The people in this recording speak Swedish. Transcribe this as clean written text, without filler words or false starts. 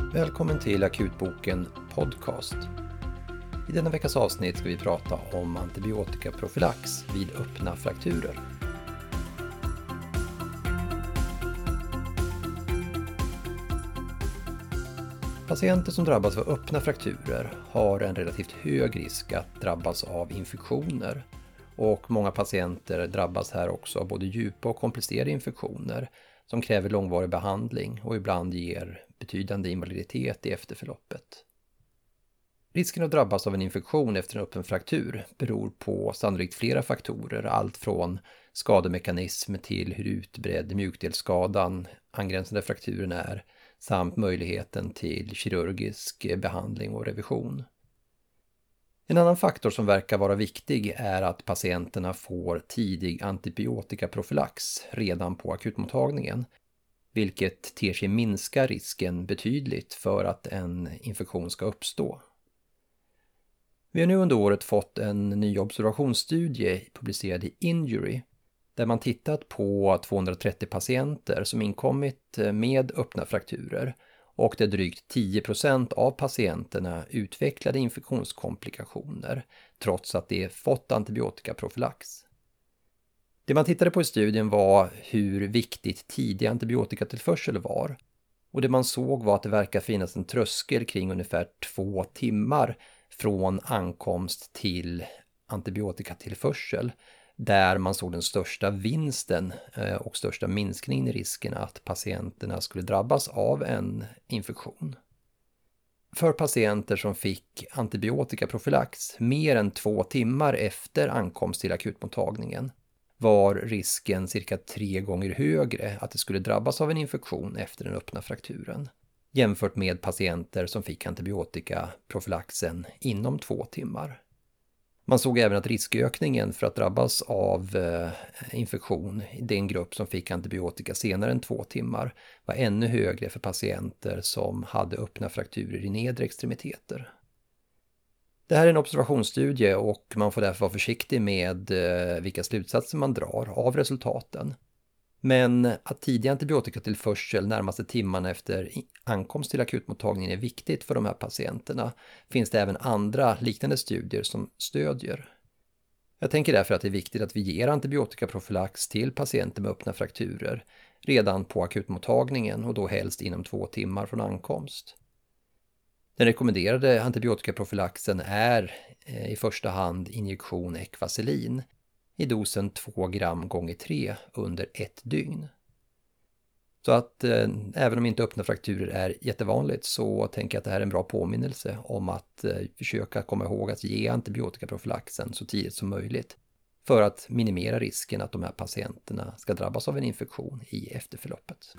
Välkommen till Akutboken Podcast. I denna veckas avsnitt ska vi prata om antibiotikaprofylax vid öppna frakturer. Patienter som drabbas av öppna frakturer har en relativt hög risk att drabbas av infektioner. Och många patienter drabbas här också av både djupa och komplicerade infektioner som kräver långvarig behandling och ibland ger betydande invaliditet i efterförloppet. Risken att drabbas av en infektion efter en öppen fraktur beror på sannolikt flera faktorer, allt från skademekanism till hur utbredd mjukdelsskadan angränsande frakturen är, samt möjligheten till kirurgisk behandling och revision. En annan faktor som verkar vara viktig är att patienterna får tidig antibiotikaprofylax redan på akutmottagningen, vilket ter sig minska risken betydligt för att en infektion ska uppstå. Vi har nu under året fått en ny observationsstudie publicerad i Injury där man tittat på 230 patienter som inkommit med öppna frakturer och där drygt 10% av patienterna utvecklade infektionskomplikationer trots att de fått antibiotikaprofylax. Det man tittade på i studien var hur viktigt tidig antibiotikatillförsel var, och det man såg var att det verkar finnas en tröskel kring ungefär 2 timmar från ankomst till antibiotikatillförsel där man såg den största vinsten och största minskningen i risken att patienterna skulle drabbas av en infektion. För patienter som fick antibiotikaprofylax mer än 2 timmar efter ankomst till akutmottagningen var risken cirka 3 gånger högre att det skulle drabbas av en infektion efter den öppna frakturen jämfört med patienter som fick antibiotikaprofylaxen inom 2 timmar. Man såg även att riskökningen för att drabbas av infektion i den grupp som fick antibiotika senare än 2 timmar var ännu högre för patienter som hade öppna frakturer i nedre extremiteter. Det här är en observationsstudie och man får därför vara försiktig med vilka slutsatser man drar av resultaten. Men att tidig antibiotikatillförsel närmaste timmarna efter ankomst till akutmottagningen är viktigt för de här patienterna finns det även andra liknande studier som stödjer. Jag tänker därför att det är viktigt att vi ger antibiotikaprofylax till patienter med öppna frakturer redan på akutmottagningen och då helst inom 2 timmar från ankomst. Den rekommenderade antibiotikaprofylaxen är i första hand injektion Ekvaselin i dosen 2 gram gånger 3 under 1 dygn. Så att även om inte öppna frakturer är jättevanligt så tänker jag att det här är en bra påminnelse om att försöka komma ihåg att ge antibiotikaprofylaxen så tidigt som möjligt för att minimera risken att de här patienterna ska drabbas av en infektion i efterförloppet.